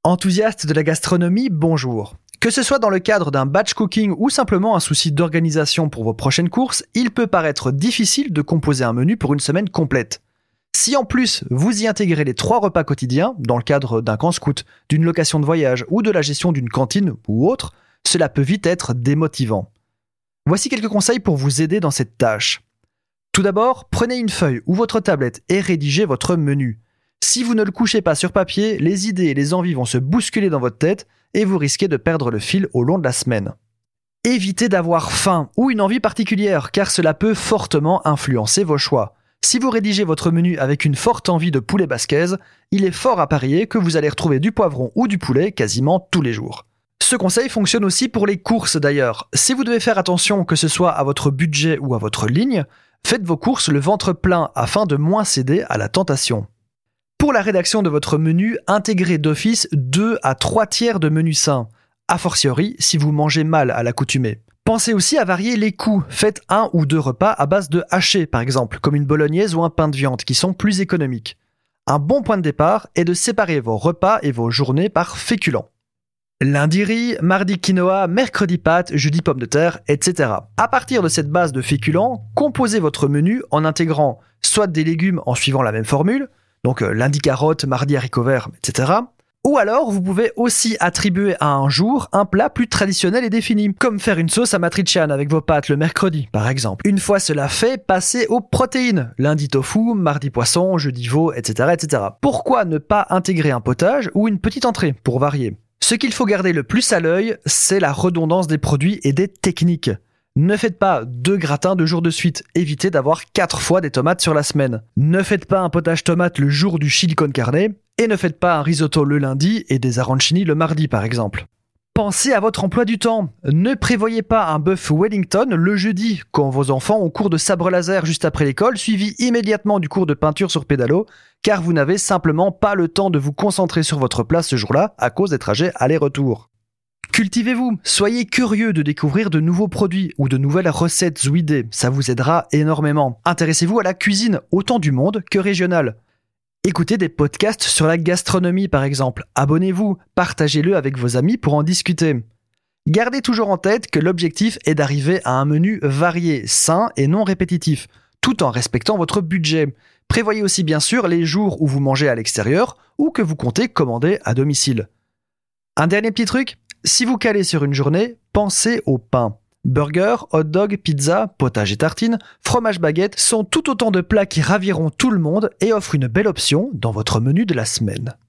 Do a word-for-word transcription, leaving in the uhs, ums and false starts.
Enthousiaste de la gastronomie, bonjour. Que ce soit dans le cadre d'un batch cooking ou simplement un souci d'organisation pour vos prochaines courses, il peut paraître difficile de composer un menu pour une semaine complète. Si en plus vous y intégrez les trois repas quotidiens, dans le cadre d'un camp scout, d'une location de voyage ou de la gestion d'une cantine ou autre, cela peut vite être démotivant. Voici quelques conseils pour vous aider dans cette tâche. Tout d'abord, prenez une feuille ou votre tablette et rédigez votre menu. Si vous ne le couchez pas sur papier, les idées et les envies vont se bousculer dans votre tête et vous risquez de perdre le fil au long de la semaine. Évitez d'avoir faim ou une envie particulière car cela peut fortement influencer vos choix. Si vous rédigez votre menu avec une forte envie de poulet basquaise, il est fort à parier que vous allez retrouver du poivron ou du poulet quasiment tous les jours. Ce conseil fonctionne aussi pour les courses d'ailleurs. Si vous devez faire attention que ce soit à votre budget ou à votre ligne, faites vos courses le ventre plein afin de moins céder à la tentation. Pour la rédaction de votre menu, intégrez d'office deux à trois tiers de menu sain, a fortiori si vous mangez mal à l'accoutumée. Pensez aussi à varier les coûts. Faites un ou deux repas à base de haché par exemple, comme une bolognaise ou un pain de viande qui sont plus économiques. Un bon point de départ est de séparer vos repas et vos journées par féculents. Lundi riz, mardi quinoa, mercredi pâtes, jeudi pommes de terre, et cetera. À partir de cette base de féculents, composez votre menu en intégrant soit des légumes en suivant la même formule, donc euh, lundi carottes, mardi haricots verts, et cetera. Ou alors, vous pouvez aussi attribuer à un jour un plat plus traditionnel et défini, comme faire une sauce à matriciane avec vos pâtes le mercredi, par exemple. Une fois cela fait, passez aux protéines. Lundi tofu, mardi poisson, jeudi veau, et cetera, et cetera. Pourquoi ne pas intégrer un potage ou une petite entrée pour varier ? Ce qu'il faut garder le plus à l'œil, c'est la redondance des produits et des techniques. Ne faites pas deux gratins deux jours de suite, évitez d'avoir quatre fois des tomates sur la semaine. Ne faites pas un potage tomate le jour du chili con carne, et ne faites pas un risotto le lundi et des arancini le mardi par exemple. Pensez à votre emploi du temps. Ne prévoyez pas un bœuf Wellington le jeudi, quand vos enfants ont cours de sabre laser juste après l'école, suivi immédiatement du cours de peinture sur pédalo, car vous n'avez simplement pas le temps de vous concentrer sur votre plat ce jour-là à cause des trajets aller-retour. Cultivez-vous, soyez curieux de découvrir de nouveaux produits ou de nouvelles recettes ou idées, ça vous aidera énormément. Intéressez-vous à la cuisine, autant du monde que régionale. Écoutez des podcasts sur la gastronomie par exemple, abonnez-vous, partagez-le avec vos amis pour en discuter. Gardez toujours en tête que l'objectif est d'arriver à un menu varié, sain et non répétitif, tout en respectant votre budget. Prévoyez aussi bien sûr les jours où vous mangez à l'extérieur ou que vous comptez commander à domicile. Un dernier petit truc ? Si vous calez sur une journée, pensez au pain. Burger, hot dog, pizza, potage et tartines, fromage baguette sont tout autant de plats qui raviront tout le monde et offrent une belle option dans votre menu de la semaine.